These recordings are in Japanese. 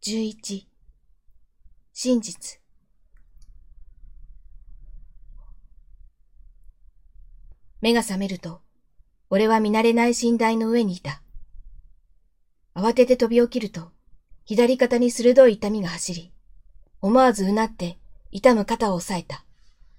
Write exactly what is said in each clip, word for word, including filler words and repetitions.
じゅういち真実。目が覚めると、俺は見慣れない寝台の上にいた。慌てて飛び起きると、左肩に鋭い痛みが走り、思わずうなって痛む肩を押さえた。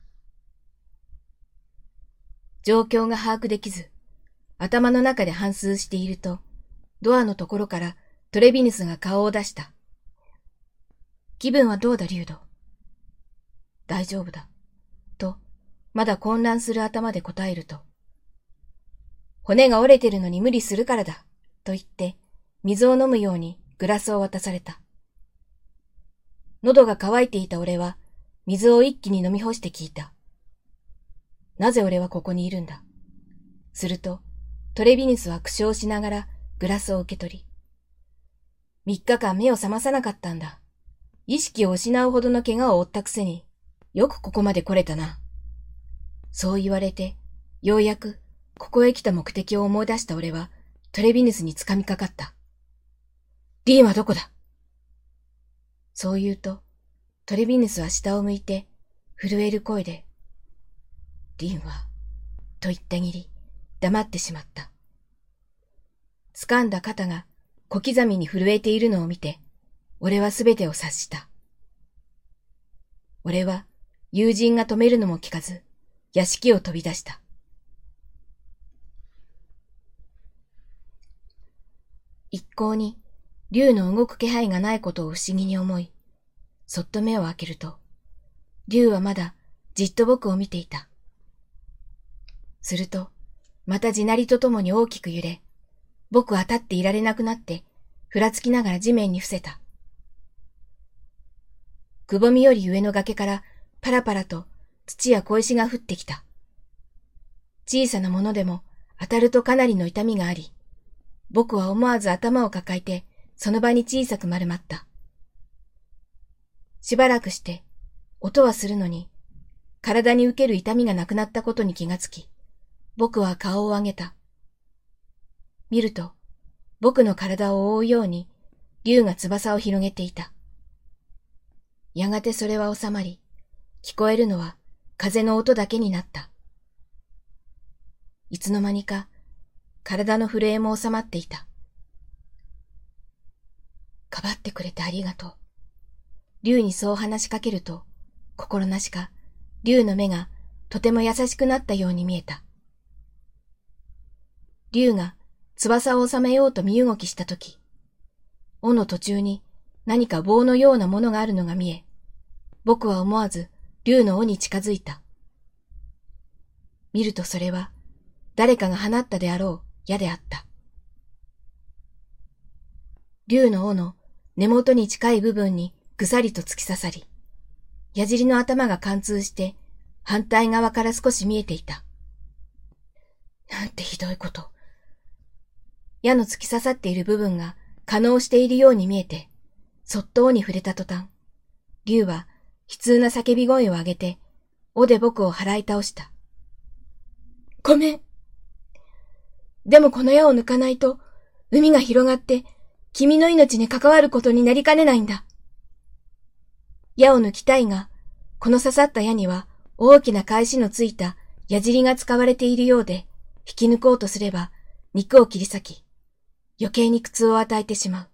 状況が把握できず、頭の中で反芻していると、ドアのところからトレビヌスが顔を出した。気分はどうだ、リュード。大丈夫だ。と、まだ混乱する頭で答えると、骨が折れてるのに無理するからだ。と言って、水を飲むようにグラスを渡された。喉が渇いていた俺は、水を一気に飲み干して聞いた。なぜ俺はここにいるんだ。すると、トレビヌスは苦笑しながらグラスを受け取り、三日間目を覚まさなかったんだ。意識を失うほどの怪我を負ったくせに、よくここまで来れたな。そう言われて、ようやくここへ来た目的を思い出した俺は、トレビヌスに掴みかかった。リーンはどこだ。そう言うと、トレビヌスは下を向いて、震える声で、リーンは、と言ったぎり、黙ってしまった。掴んだ肩が小刻みに震えているのを見て、俺はすべてを察した。俺は友人が止めるのも聞かず、屋敷を飛び出した。一向に竜の動く気配がないことを不思議に思い、そっと目を開けると、竜はまだじっと僕を見ていた。すると、また地鳴りとともに大きく揺れ、僕は立っていられなくなって、ふらつきながら地面に伏せた。くぼみより上の崖からパラパラと土や小石が降ってきた。小さなものでも当たるとかなりの痛みがあり、僕は思わず頭を抱えてその場に小さく丸まった。しばらくして音はするのに体に受ける痛みがなくなったことに気がつき、僕は顔を上げた。見ると僕の体を覆うように竜が翼を広げていた。やがてそれは収まり、聞こえるのは風の音だけになった。いつの間にか体の震えも収まっていた。かばってくれてありがとう。竜にそう話しかけると、心なしか竜の目がとても優しくなったように見えた。竜が翼を収めようと身動きしたとき、尾の途中に何か棒のようなものがあるのが見え、僕は思わず竜の尾に近づいた。見るとそれは誰かが放ったであろう矢であった。竜の尾の根元に近い部分にぐさりと突き刺さり、矢尻の頭が貫通して反対側から少し見えていた。なんてひどいこと。矢の突き刺さっている部分が可能しているように見えて、そっと尾に触れた途端、竜は悲痛な叫び声を上げて、尾で僕を払い倒した。ごめん。でもこの矢を抜かないと、海が広がって、君の命に関わることになりかねないんだ。矢を抜きたいが、この刺さった矢には大きな返しのついた矢尻が使われているようで、引き抜こうとすれば肉を切り裂き、余計に苦痛を与えてしまう。